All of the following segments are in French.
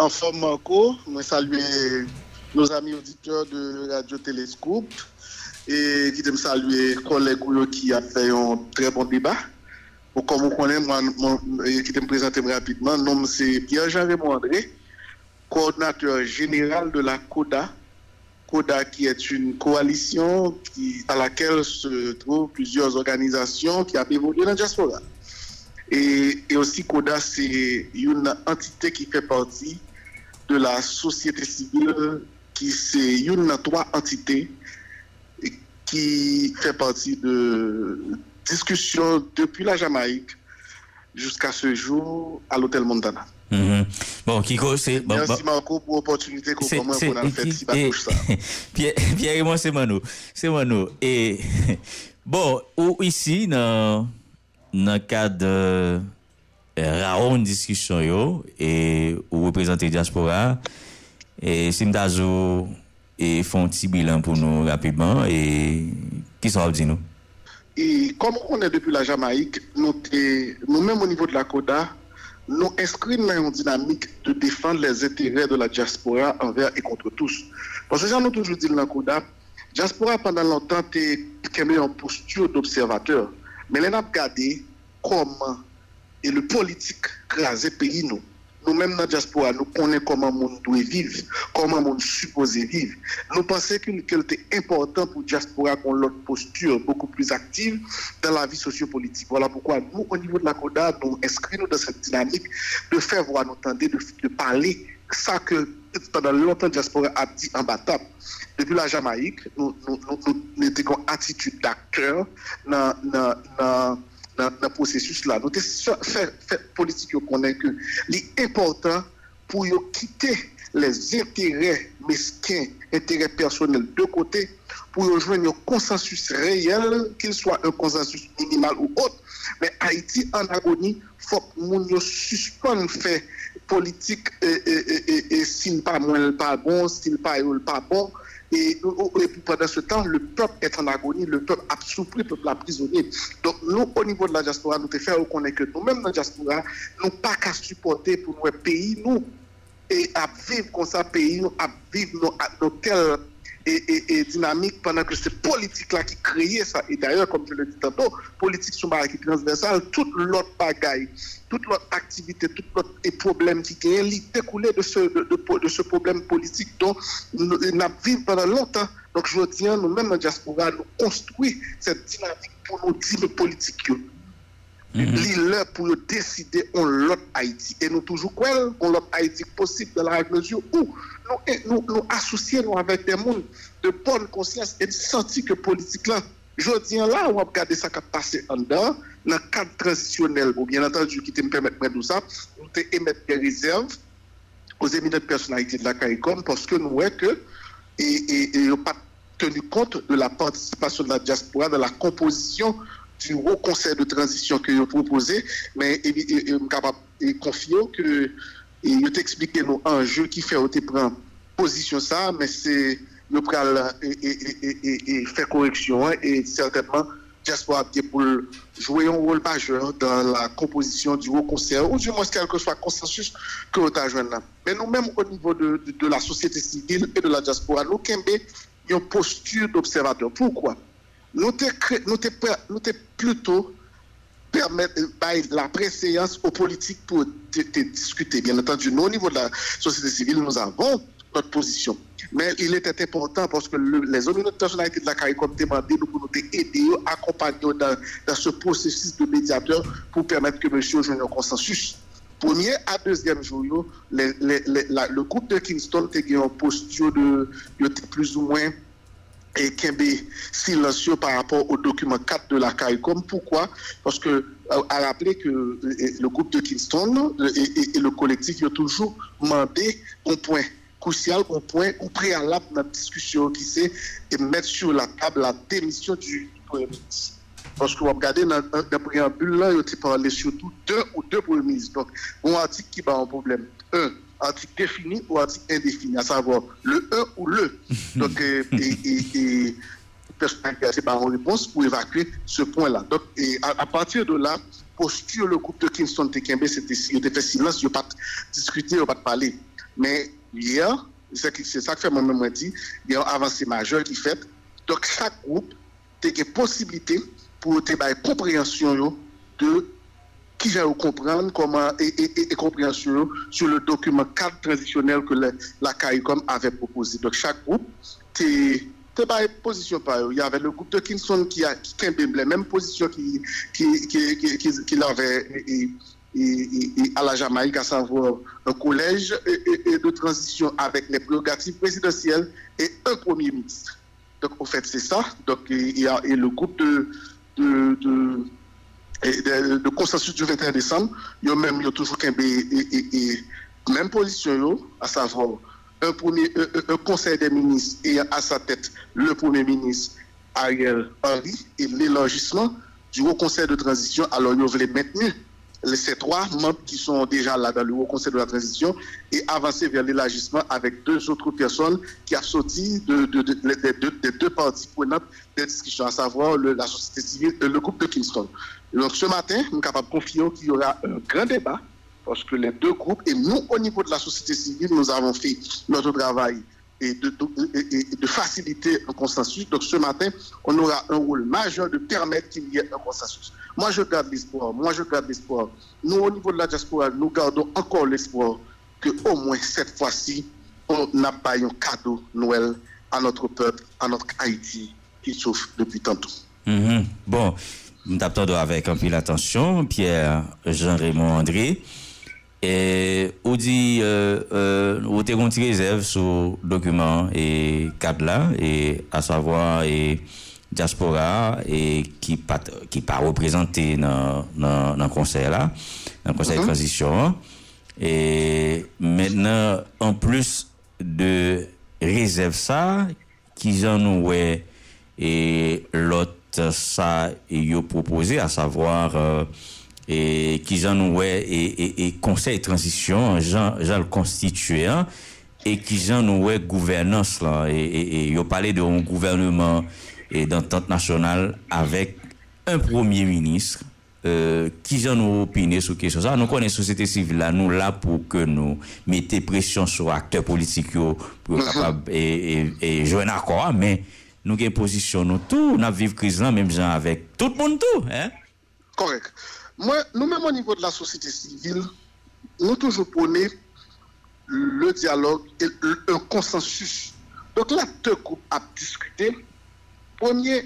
En forme Marco, je salue nos amis auditeurs de Radio Télescope et qui me saluer collègues qui a fait un très bon débat. Comme vous connaissez, moi, qui me présente rapidement, mon nom c'est Pierre-Jean-Raymond André, coordinateur général de la CODA. CODA qui est une coalition à laquelle se trouvent plusieurs organisations qui ont évolué dans la diaspora. Et aussi CODA, c'est une entité qui fait partie de la société civile, qui c'est une trois entités qui fait partie de discussions depuis la Jamaïque jusqu'à ce jour à l'hôtel Montana. Mm-hmm. Bon, Kiko, c'est... Merci Marco pour l'opportunité qu'on commence pour la fête si pas touche ça. Pierre et moi, c'est Mano. Et bon, ici, dans le cadre de round discussion, et vous représentez Diaspora, et Simdazo, et font un petit bilan pour nous rapidement, et qui sont dit nous? Et comme on est depuis la Jamaïque, nous-mêmes au niveau de la CODA, nous inscrivons dans une dynamique de défendre les intérêts de la diaspora envers et contre tous. Parce que j'en ai toujours dit dans la CODA, la diaspora pendant longtemps était en posture d'observateur. Mais elle a regardé comment et le politique crasé pays nous. Nous-mêmes dans la diaspora, nous connaissons comment le monde doit vivre, comment le monde supposé vivre. Nous pensons qu'il était important pour la diaspora qu'on ait l'autre posture beaucoup plus active dans la vie sociopolitique. Voilà pourquoi nous, au niveau de la CODA, nous inscrivons dans cette dynamique de faire voir, nous tenter de parler ça que pendant longtemps la diaspora a dit imbattable. Depuis la Jamaïque, nous étions en attitude d'acteur dans le processus là. Nous avons fait politique qu'on est que l'important pour quitter les intérêts mesquins, intérêts personnels de côté, pour rejoindre un consensus réel, qu'il soit un consensus minimal ou autre. Mais Haïti en agonie, il faut que nous suspendons faire politique et s'il pas moins pas bon, s'il pas bon. Et pendant ce temps, le peuple est en agonie, le peuple a souffert, le peuple a prisonnier. Donc nous, au niveau de la diaspora, nous te faire reconnaître que nous-mêmes dans la diaspora, nous n'avons pas qu'à supporter pour nos pays, nous, et à vivre comme ça, pays, nous, à vivre nos telles et dynamique pendant que c'est politique-là qui crée ça. Et d'ailleurs, comme je le dis tantôt, politique sont qui transversale, toute l'autre bagaille, toute l'autre activité, tout l'autre problème qui est découlé de ce problème politique dont nous vivons pendant longtemps. Donc je tiens, nous-mêmes dans la diaspora, nous construisons cette dynamique pour nous dire le politique. L'heure pour décider on l'autre Haïti. Et nous toujours quoi on l'autre Haïti possible dans la mesure où nous associons avec des gens de bonne conscience et de sentir que politique là, je dis là, on va regarder ça qui a passé en dedans, dans le cadre transitionnel, bien entendu, qui te permettre de tout ça, nous émettre des réserves aux éminentes personnalités de la CARICOM parce que nous voyons que et n'ont pas tenu compte de la participation de la diaspora dans la composition du haut conseil de transition que vous proposez, mais je suis capable de confier que je t'explique nos enjeux qui fait prendre position ça, mais c'est le pral et faire correction et certainement diaspora pour jouer un rôle majeur dans la composition du haut conseil ou du moins quel que soit le consensus que vous avez joint là. Mais nous-mêmes au niveau de la société civile et de la diaspora, nous avons une posture d'observateur. Pourquoi? Nous t'es plutôt permettre la préséance aux politiques pour discuter. Bien entendu, nous, au niveau de la société civile, nous avons notre position. Mais il était important parce que les autres personnalités de la CARICOM demandaient pour nous aider, accompagner dans ce processus de médiateur pour permettre que monsieur joigne un consensus. Premier à deuxième jour, le groupe de Kingston était en posture de plus ou moins et Kembe silencieux par rapport au document 4 de la CARICOM. Pourquoi? Parce que, à rappeler que le groupe de Kingston et le collectif ont toujours demandé un point crucial, un point préalable dans la discussion qui c'est de mettre sur la table la démission du Premier ministre. Parce que vous regardez dans le préambule là, il a parlé surtout deux premiers ministres. Donc, un article qui va en problème. Article défini ou article indéfini, à savoir le 1 ou le. Donc, personne qui a pas en réponse pour évacuer ce point-là. Donc, à partir de là, posture le groupe de Kingston Tekembe, c'était fait silence, il n'y a pas discuté, il n'y a pas parlé. Mais hier, c'est ça que fait moi-même dit, il y a une avancée majeure qui fait. Donc chaque groupe a une possibilité pour avoir compréhension de qui j'ai comprendre comment et compréhension sur le document cadre transitionnel que la CARICOM avait proposé. Donc chaque groupe t'es pas position par eux. Il y avait le groupe de Kingston qui a la même position qu'il avait à la Jamaïque, à savoir un collège de transition avec les prérogatives présidentielles et un premier ministre. Donc en fait c'est ça. Donc il y a le groupe de consensus du 21 décembre, il y a toujours même position, à savoir un conseil des ministres et à sa tête le premier ministre Ariel Henry et l'élargissement du haut conseil de transition. Alors, ils voulaient maintenir ces 3 membres qui sont déjà là dans le haut conseil de la transition et avancer vers l'élargissement avec 2 autres personnes qui ont sorti des 2 parties prenantes des discussions, à savoir la société civile et le groupe de Kingston. Donc, ce matin, nous sommes capables de confier qu'il y aura un grand débat parce que les 2 groupes, et nous, au niveau de la société civile, nous avons fait notre travail et de faciliter un consensus. Donc ce matin, on aura un rôle majeur de permettre qu'il y ait un consensus. Moi, je garde l'espoir. Nous, au niveau de la diaspora, nous gardons encore l'espoir qu'au moins cette fois-ci, on n'a pas un cadeau Noël à notre peuple, à notre Haïti qui souffre depuis tantôt. Bon, nous t'attendons avec un peu l'attention, Pierre Jean-Raymond André. Et on dit, on te compte réserve sur le document et cadre là, et à savoir et diaspora et qui pas représenté dans le conseil là, dans le conseil de transition. Et maintenant, en plus de réserve ça, qui en ont et l'autre ça y a proposé, à savoir et qui en ont et conseil de transition Jean le constituant et qui en ont gouvernance là et il a parlé d'un gouvernement et d'entente nationale avec un premier ministre qui en ont opiné sur question ça. Nous connaissons la société civile là, nous là pour que nous mettions pression sur acteurs politiques pour capable et jouer un accord, mais nous avons une position nous tout, nous vivons crise là même gens avec tout le monde tout, hein. Correct. Moi, nous-mêmes au niveau de la société civile, nous toujours prônons le dialogue et un consensus. Donc là, 2 groupes à discuter. Premier,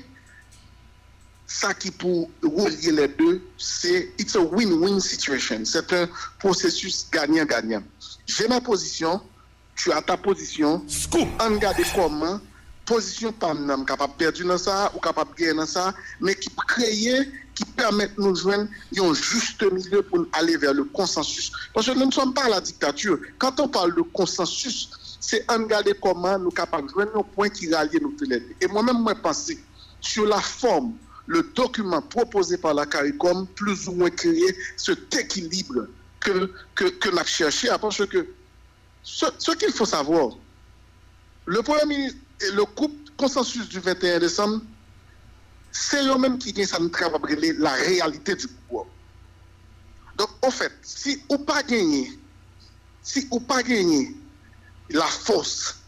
ça qui pour relier les 2, c'est it's a win-win situation. C'est un processus gagnant-gagnant. J'ai ma position, tu as ta position. On regarde comment position pas capable de perdre dans ça ou capable de gagner dans ça, mais qui créer, qui permettent de nous joindre un juste milieu pour aller vers le consensus. Parce que nous ne sommes pas à la dictature. Quand on parle de consensus, c'est regarder comment nous sommes capables de joindre un point qui rallie nous tous les deux. Et moi-même, moi, pense sur la forme, le document proposé par la CARICOM, plus ou moins créer cet équilibre que nous avons cherché. Parce que ce qu'il faut savoir, le Premier ministre et le groupe consensus du 21 décembre, c'est eux-mêmes qui gagnent ça, nous travaillons la réalité du pouvoir. Donc, en fait, si on pas gagné la force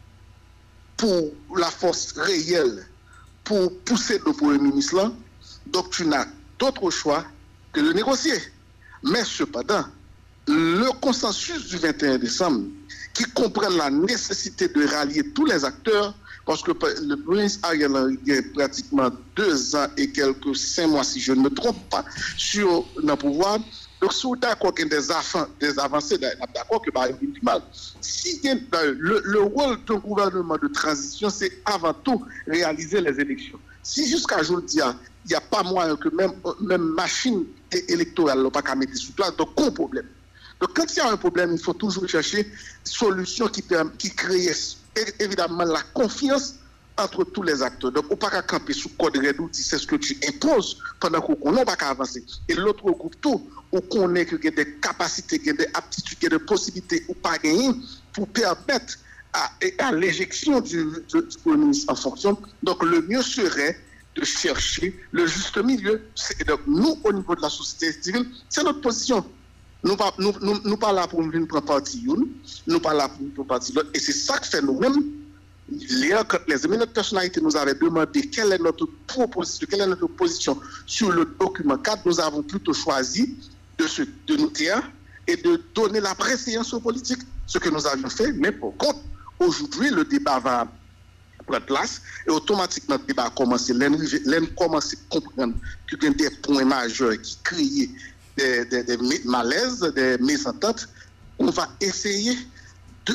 réelle pour pousser le Premier ministre là, donc tu n'as d'autre choix que de négocier. Mais cependant, le consensus du 21 décembre, qui comprend la nécessité de rallier tous les acteurs, parce que le Premier ministre Ariel Henry a pratiquement 2 ans et quelques 5 mois, si je ne me trompe pas, sur le pouvoir. Donc, si vous êtes d'accord qu'il y a des avancées, d'accord que il y a du mal. Si le rôle d'un gouvernement de transition, c'est avant tout réaliser les élections. Si jusqu'à aujourd'hui, il n'y a pas moyen que même machine électorale n'a pas qu'à mettre sous place, donc aucun problème. Donc, quand il y a un problème, il faut toujours chercher une solution qui crée évidemment la confiance entre tous les acteurs. Donc, on ne peut pas camper sous code redou, c'est ce que tu imposes pendant qu'on n'a pas qu'à avancer. Et l'autre groupe, tout, on connaît qu'il y a des capacités, qu'il y a des aptitudes, qu'il y a des possibilités ou pas gagner pour permettre à l'éjection du Premier ministre en fonction. Donc, le mieux serait de chercher le juste milieu. Donc, nous, au niveau de la société civile, c'est notre position. Nous pas là pour venir prendre parti nous pas là pour prendre parti l'autre. Et c'est ça que fait nous-mêmes. Quand les éminentes personnalités nous avaient demandé quelle est notre proposition, quelle est notre position sur le document 4, nous avons plutôt choisi de nous taire et de donner la préséance aux politiques, ce que nous avions fait. Mais par contre, aujourd'hui, le débat va prendre place et automatiquement le débat a commencé. L'on commence à comprendre qu'il y a des points majeurs qui créent des malaises, des mésententes. On va essayer de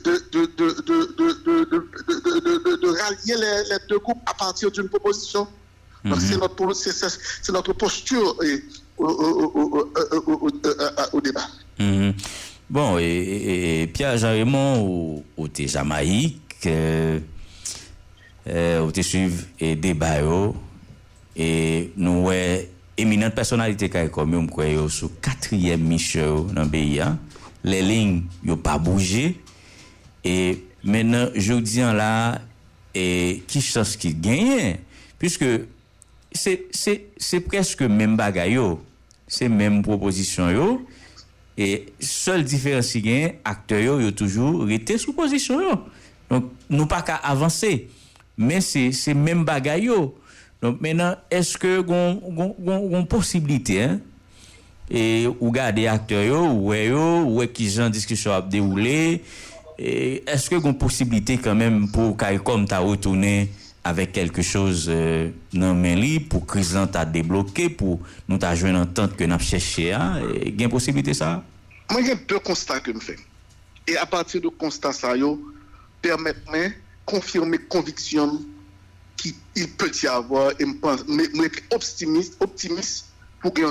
rallier les deux groupes à partir d'une proposition. Donc c'est notre posture au débat. Bon, et Pierre Jean-Raymond, au Jamaïque, au suivre et débat, et nous, éminente personnalité qui est comme nous, sur 4e mission dans le pays, les lignes n'ont pas bougé. Et maintenant, je dis là, et qui chose qui gagne, puisque c'est presque même bagaille, c'est même proposition, et seule différence qui gagne, acteurs ont toujours été sous position. Donc, nous pas qu'à avancer, mais c'est même bagaille. Donc maintenant, est-ce que une possibilité et ou garder acteurs ou qui genre discussion a déroulé, est-ce que une possibilité quand même pour comme ta retourner avec quelque chose dans main libre pour crise t'a débloqué pour nous t'a joindre en entente que n'a cherché et gain possibilité ça. Moi il y a deux constats que me fait. Et à partir de constat ça yo permet confirmer conviction qu'il peut y avoir et me optimiste pour qu'il y ait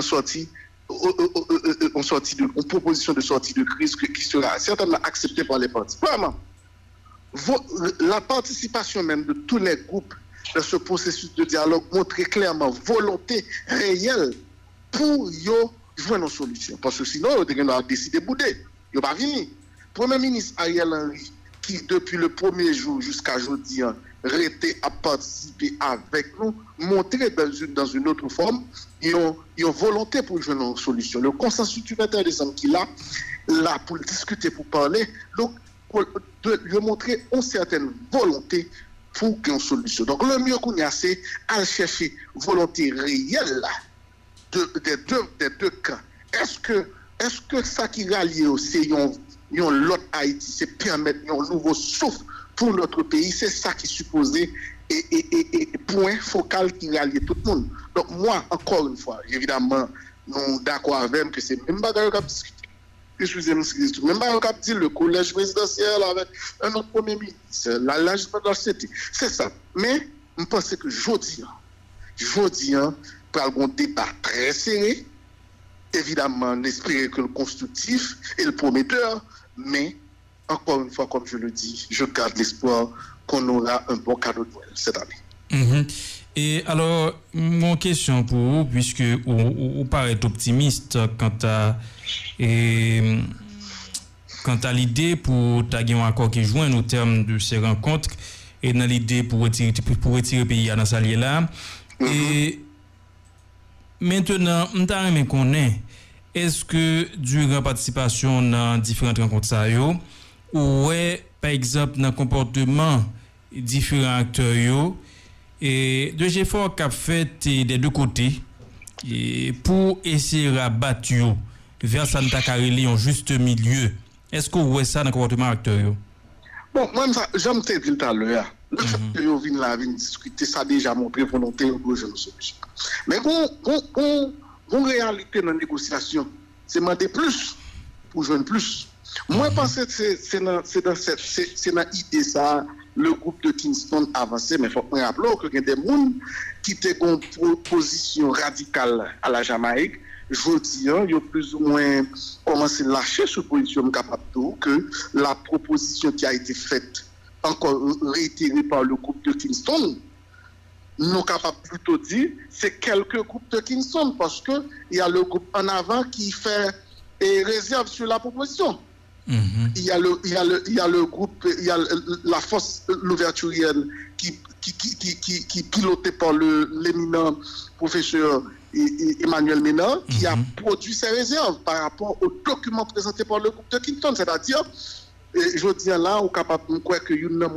une proposition de sortie de crise qui sera certainement acceptée par les partis. Vraiment, la participation même de tous les groupes dans ce processus de dialogue montre clairement volonté réelle pour joindre une solution. Parce que sinon, on a décidé de bouder. Il va venir. Premier ministre Ariel Henry, qui depuis le premier jour jusqu'à aujourd'hui, arrêté à participer avec nous, montrer dans une autre forme, ils ont volonté pour jouer une solution. Le consensus du 21 décembre qu'il a, là pour discuter, pour parler, donc de lui montrer une certaine volonté pour qu'il y ait une solution. Donc le mieux qu'on a, c'est à chercher volonté réelle des deux cas. Est-ce que ça qui rallie c'est l'autre Haïti, c'est permettre un nouveau souffle pour notre pays, c'est ça qui est supposé et point focal qui rallie tout le monde. Donc moi, encore une fois, évidemment, nous d'accord avec que c'est même bagarre qu'on a discuté. Excusez-moi, même bagarre qu'on a dit le collège présidentiel avec un autre premier ministre, la législature, c'est ça. Mais je pense que jeudi, pour un débat très serré, évidemment, on espère que le constructif et le prometteur, mais encore une fois, comme je le dis, je garde l'espoir qu'on aura un bon cadeau de Noël cette année. Et alors, mon question pour vous, puisque vous paraît optimiste quant à l'idée pour taguer un accord qui joint au terme de ces rencontres et dans l'idée pour retirer le pays dans sa là. Et maintenant, on t'a aimé connaître, est-ce que durant la participation dans différentes rencontres ça yo, ou par exemple dans le comportement différents acteurs et deux efforts qu'a fait des deux côtés et pour essayer de rabattre vers Santa Carili en juste milieu. Est-ce que vous voyez ça dans le comportement acteurs? Bon, moi j'aime te dire tout à l'heure. Le fait que vous venez là discuter, ça a déjà montré volonté de jouer une solution. Mais bon réalité dans la négociation, c'est demander plus pour jouer plus. Moi, je pense que c'est dans l'idée ça, le groupe de Kingston avancé, mais il faut rappeler qu'il y a des gens qui ont une position radicale à la Jamaïque. Je dis, ils ont plus ou moins commencé à lâcher cette position capable que la proposition qui a été faite, encore réitérée par le groupe de Kingston, nous capables plutôt dire c'est quelques groupes de Kingston parce que il y a le groupe en avant qui fait réserve sur la proposition. Il y a le groupe, il y a la force l'ouverturienne qui piloté par l'éminent professeur Emmanuel Ménard, qui a produit ses réserves par rapport aux documents présentés par le groupe de Kingston. C'est-à-dire, je dis là, on est capable de croire que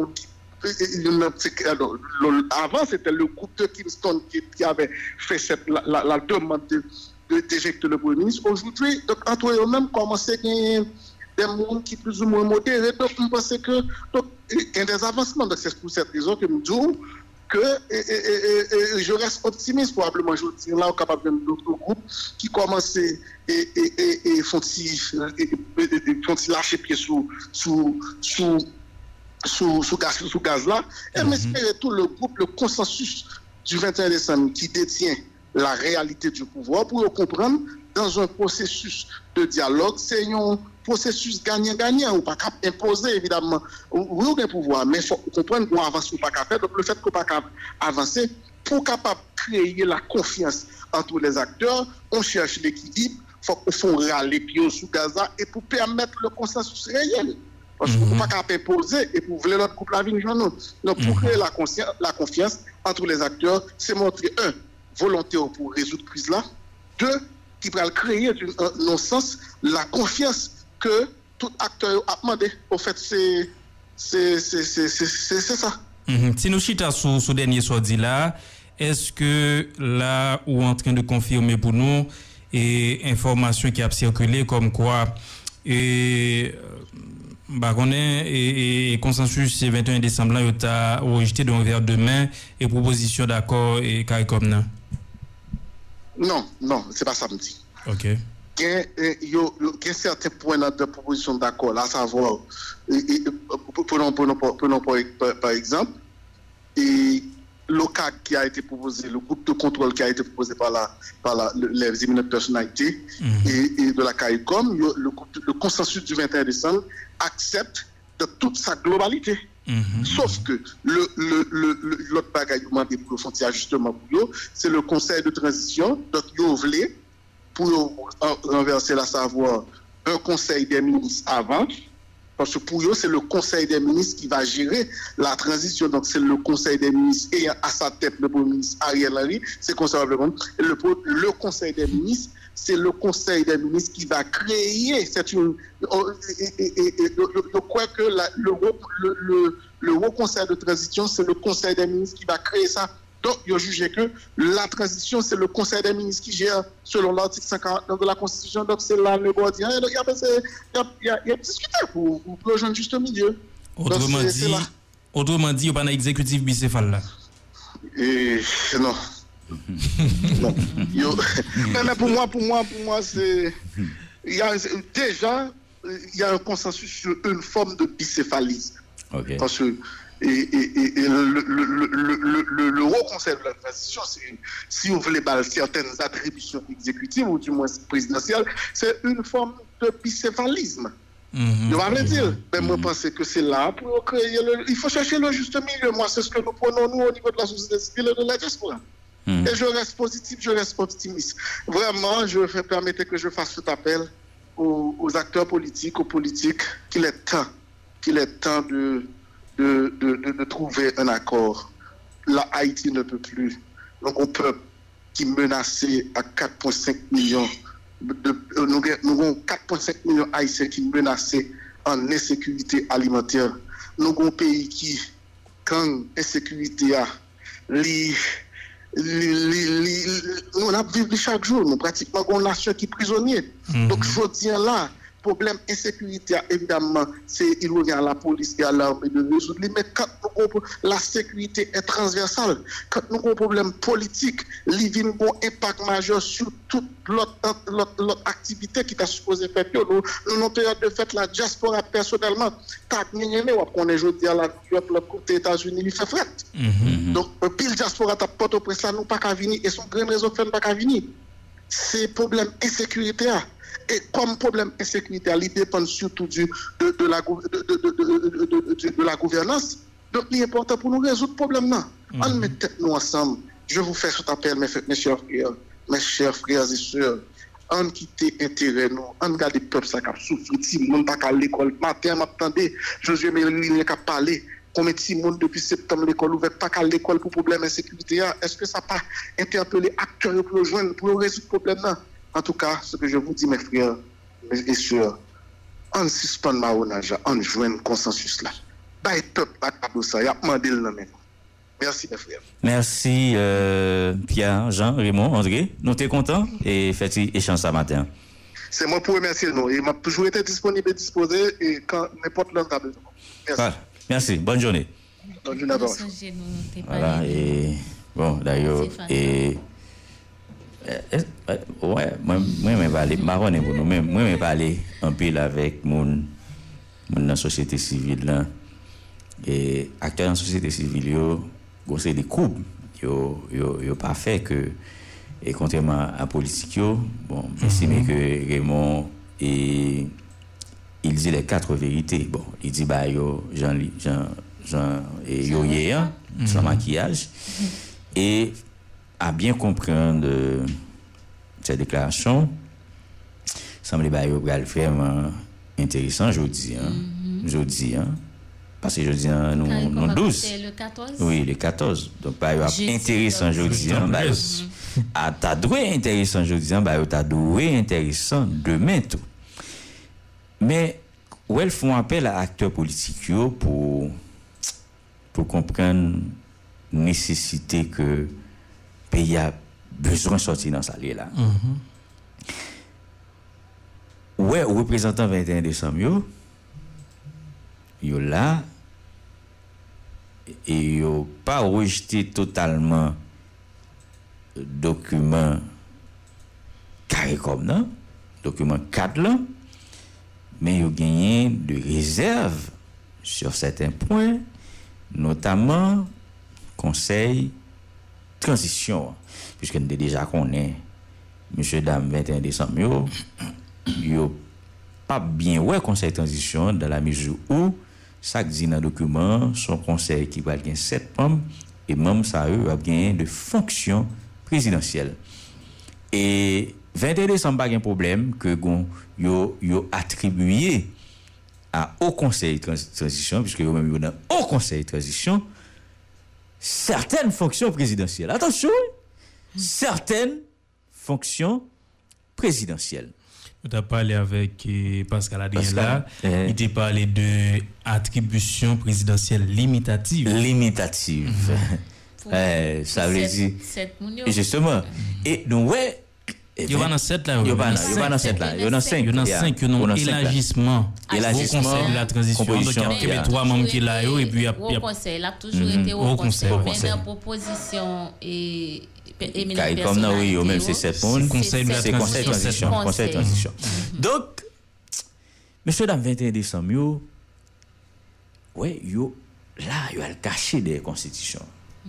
avant, c'était le groupe de Kingston qui avait fait la demande d'éjecter le Premier ministre. Aujourd'hui, entre eux-mêmes, commencent à gagner des mondes qui plus ou moins modérés. Donc, je pense que il y a des avancements. Donc, c'est pour cette raison que nous disons que je reste optimiste. Probablement, je dis là, on est capable de d'autres groupes qui commencent et font lâcher pied sous gaz là. Et m'espérer tout le groupe, le consensus du 21 décembre qui détient la réalité du pouvoir pour comprendre dans un processus de dialogue, c'est un processus gagnant-gagnant, ou pas qu'à imposer évidemment, ou bien pouvoir, mais il faut comprendre qu'on avance ou pas qu'à faire, donc le fait qu'on pas qu'à avancer, pour capable créer la confiance entre les acteurs, on cherche l'équilibre, il faut qu'on fasse râler pied sous Gaza et pour permettre le consensus réel. Parce qu'on ne peut pas qu'à imposer et pour vouloir notre couple à venir. Donc pour créer la confiance entre les acteurs, c'est montrer, un, volonté pour résoudre la crise là, deux, qui va créer dans le sens la confiance que tout acteur a demandé. Au fait, c'est ça. Si nous chita sur ce dernier sorti là, est-ce que là, ou en train de confirmer pour nous et information qui a circulé comme quoi et consensus le 21 décembre là, il a rejeté d'un verre de main et proposition d'accord et CARICOM là? Non, c'est pas samedi. OK. Il y a certains points de proposition d'accord, là, à savoir, prenons par exemple, et le CAC qui a été proposé, le groupe de contrôle qui a été proposé par les éminentes personnalités et de la CARICOM, le consensus du 21 décembre accepte de toute sa globalité. Sauf que l'autre bagaille pour le frontière justement pour eux, c'est le conseil de transition. Donc, ils voulaient pour renverser la savoir un conseil des ministres avant. Parce que pour eux, c'est le conseil des ministres qui va gérer la transition. Donc, c'est le conseil des ministres ayant à sa tête le premier ministre Ariel Henry. C'est conservateur. Le conseil des ministres, c'est le conseil des ministres qui va créer. Je crois que le haut conseil de transition, c'est le conseil des ministres qui va créer ça. Donc, il a jugé que la transition, c'est le conseil des ministres qui gère selon l'article 50 de la Constitution. Donc, c'est là le gardien. Il y a discuté pour rejoindre juste au milieu. Autrement dit, il n'y a pas d'exécutif bicéphale là. Non. Non. Mais pour moi, c'est. Déjà, il y a un consensus sur une forme de bicéphalisme. Okay. Parce que le haut conseil de la transition, si vous voulez certaines attributions exécutives ou du moins présidentielles, c'est une forme de bicéphalisme. Je vais dire, mais moi je pense que c'est là pour créer il faut chercher le juste milieu. Moi, c'est ce que nous prenons nous au niveau de la société civile et de la diaspora. Et je reste positif, je reste optimiste. Vraiment, je vais permettre que je fasse cet appel aux acteurs politiques, aux politiques, qu'il est temps de trouver un accord. La Haïti ne peut plus. Donc, un peuple qui est menacé à 4,5 millions, nous avons 4,5 millions d'Haïtiens qui sont menacés en insécurité alimentaire. Nous avons un pays qui, quand l'insécurité a, on a vécu chaque jour, nous pratiquement une nation qui est prisonnière. Donc, je dis là, problème insécurité, évidemment, il revient à la police et à l'armée de résoudre. Mais quand la sécurité est transversale, quand nous avons un problème politique, il y a un impact majeur sur toute l'autre activité qui est supposée faire. Nous avons une période de fête, la diaspora personnellement, on est aujourd'hui à la côté des États-Unis, il fait fret. Donc, pile diaspora, tu as pas de presse, nous pas qu'à venir, et son grande raison fait pas qu'à venir. C'est problème insécurité. Et comme problème insécurité, il dépend surtout de la gouvernance. Donc, il est important pour nous résoudre le problème là. On met tête nous ensemble. Je vous fais cet appel, mes chers frères et sœurs. On quitte intérêt nous, on garde le peuple ça qui a souffert, si on pas à l'école matin, m'attendez, Josué Méline qui a parlé, Combien de monde depuis septembre l'école ouverte, pas qu'à l'école pour problème d'insécurité? Est-ce que ça n'a pas interpellé acteurs pour résoudre le problème là? En tout cas, ce que je vous dis, mes frères, mes sœurs, on suspend le marronnage, on joint un consensus là. Bah, peuple, pas de ça, il y a demandé le nom. Merci, mes frères. Merci, Pierre, Jean, Raymond, André. Nous sommes contents et faites échange ce matin. C'est moi pour remercier nous. Il m'a toujours été disponible et disposé et quand n'importe l'heure a besoin. Merci. Voilà. Merci. Bonne journée. Bonne journée à vous. Voilà. Et bon, d'ailleurs, et ouais, moi parler, marronner pour nous même, moi parler un peu avec mon dans la société civile là et acteurs dans la société civile yo c'est des coups yo pas fait que et contrairement à politique yo bon mais que Raymond et il dit les 4 vérités bon il dit bah yo Jean et yo hier sans maquillage et à bien comprendre cette déclaration semble bah yo va le faire intéressant jeudi parce que jeudi nous 12 le 14 oui le 14 donc bah intéressant jeudi bah à ta doué intéressant jeudi bah ta doué intéressant demain tout mais où elles font appel à acteurs politiques pour comprendre nécessité que pays a besoin de sortir dans sa ligne là. Ouais, représentant 21 décembre yo là et yo pas rejeté totalement document carré comme non, document 4 là, mais yo gagné de réserve sur certains points, notamment conseil transition puisque nous déjà connaît monsieur dame 21 décembre yo pas bien ouais conseil transition dans la mesure où ça dit dans document son conseil qui va gagner 7 membres et membres ça eux va gagner de fonction présidentielle et 21 décembre pas un problème que yo attribué à au conseil transition puisque yo même dans au conseil transition certaines fonctions présidentielles. Attention, certaines fonctions présidentielles. Tu as parlé avec Pascal Adrien là, il t'a parlé de attribution présidentielle limitative. Ça veut dire justement. Et donc ouais, il y a dans 7 là. Il y a dans 7 là. Il y a dans 5. Il y a dans 5 non élargissement. Élargissement de la transition. Donc il y a 3 membres qui là et puis il y a au conseil, là toujours été au conseil. Mais en proposition et comme non oui, même c'est 7 monde. Conseil de la transition. Conseil transition. Donc monsieur dame 21 décembre yo ouais yo là yo a caché des constitutions.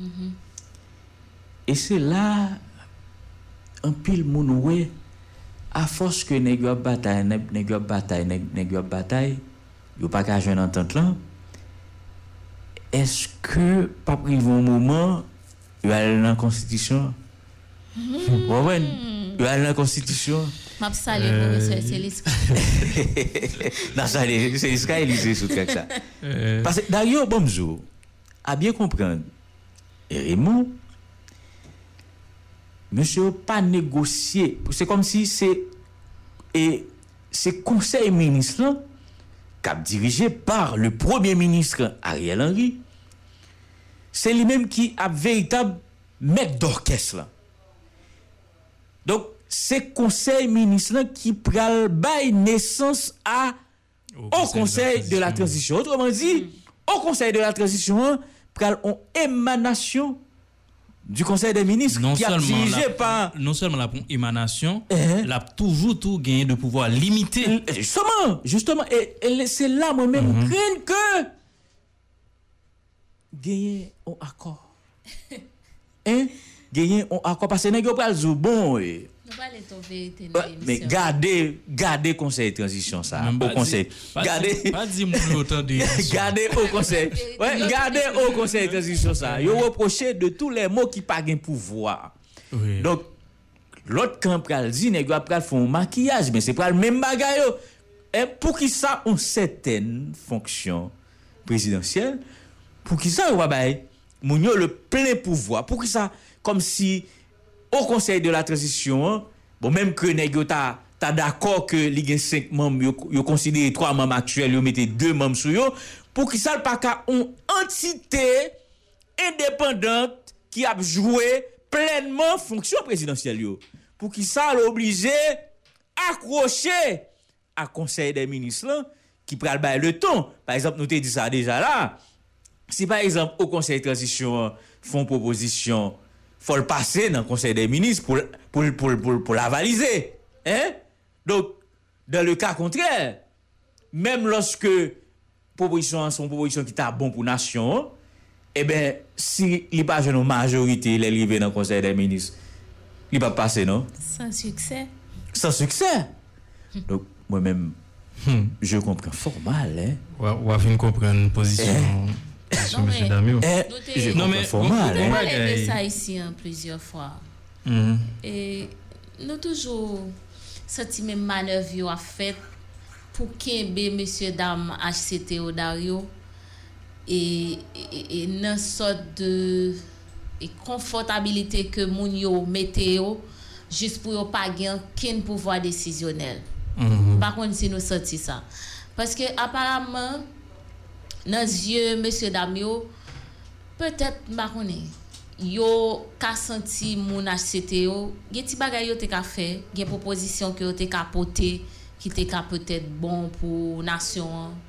Et c'est là un pile moun ouais à force que nèg yo bataille yo pas ka joindre entente là est-ce que pas privé un moment yo aller dans constitution ouais yo aller dans constitution m'a salué professeur Célisca non ça c'est Célisca Élysée sous quelque ça parce que d'ailleurs bonjour à bien comprendre Raymond monsieur pas négocié c'est comme si c'est conseil ministre cap dirigé par le premier ministre Ariel Henry c'est lui-même qui a véritable maître d'orchestre là. Donc c'est conseil ministre qui pral bail naissance au conseil de la transition. Autrement dit au conseil de la transition pral en émanation du conseil des ministres qui a dirigé par non seulement la émanation l'a toujours tout gagné de pouvoir limiter justement et c'est là moi-même crains que gagner un accord gagner un accord parce que nèg yo pral zou bon mais gardez conseil de transition ça au conseil gardez pas dire autant de gardez au conseil gardez au conseil de transition ça yo reprocher de tous les mots qui pas gain pouvoir donc l'autre camp pral dit nèg yo pral font maquillage mais c'est pas le même bagaille et pour qui ça ont certaines fonctions présidentielles Pour qui ça, moun yo le plein pouvoir. Pour qui ça, comme si, au Conseil de la transition, bon, même que nèg yo ta d'accord que li gen 5 membres, yo considéré 3 membres actuels, yo mettez 2 membres sou yo, pour qui ça, le pas ka une entité indépendante qui a joué pleinement fonction présidentielle yo. Pour qui ça l'obligé accrocher à Conseil des ministres là, qui pral bay le ton. Par exemple, nous te dit ça déjà là. Si par exemple au Conseil de transition font proposition, faut le passer dans le Conseil des ministres pour la valiser. Hein? Donc dans le cas contraire, même lorsque proposition sont proposition qui t'a bon pour nation, eh ben si il pas une majorité il est arrivé dans le Conseil des ministres, il va passer non? Sans succès. Sans succès. Donc moi-même je comprends fort mal hein. Ou a fin comprendre position Non, monsieur Damio. Je comprends fort mal on hein. a aimé ça ici plusieurs fois. Et nous toujours senti même manœuvre yo a fait pour qu'aimer monsieur dame HCT Dario et une sorte de confortabilité que moun yo météo juste pour yo pas gagner aucun pouvoir décisionnel. Par contre si nous senti ça parce que apparemment dans yeux monsieur Damio peut-être pas connait yo ka senti moun HCT yo gen ti bagay yo te ka fait gen proposition que yo te ka porter qui te ka peut-être bon pour nation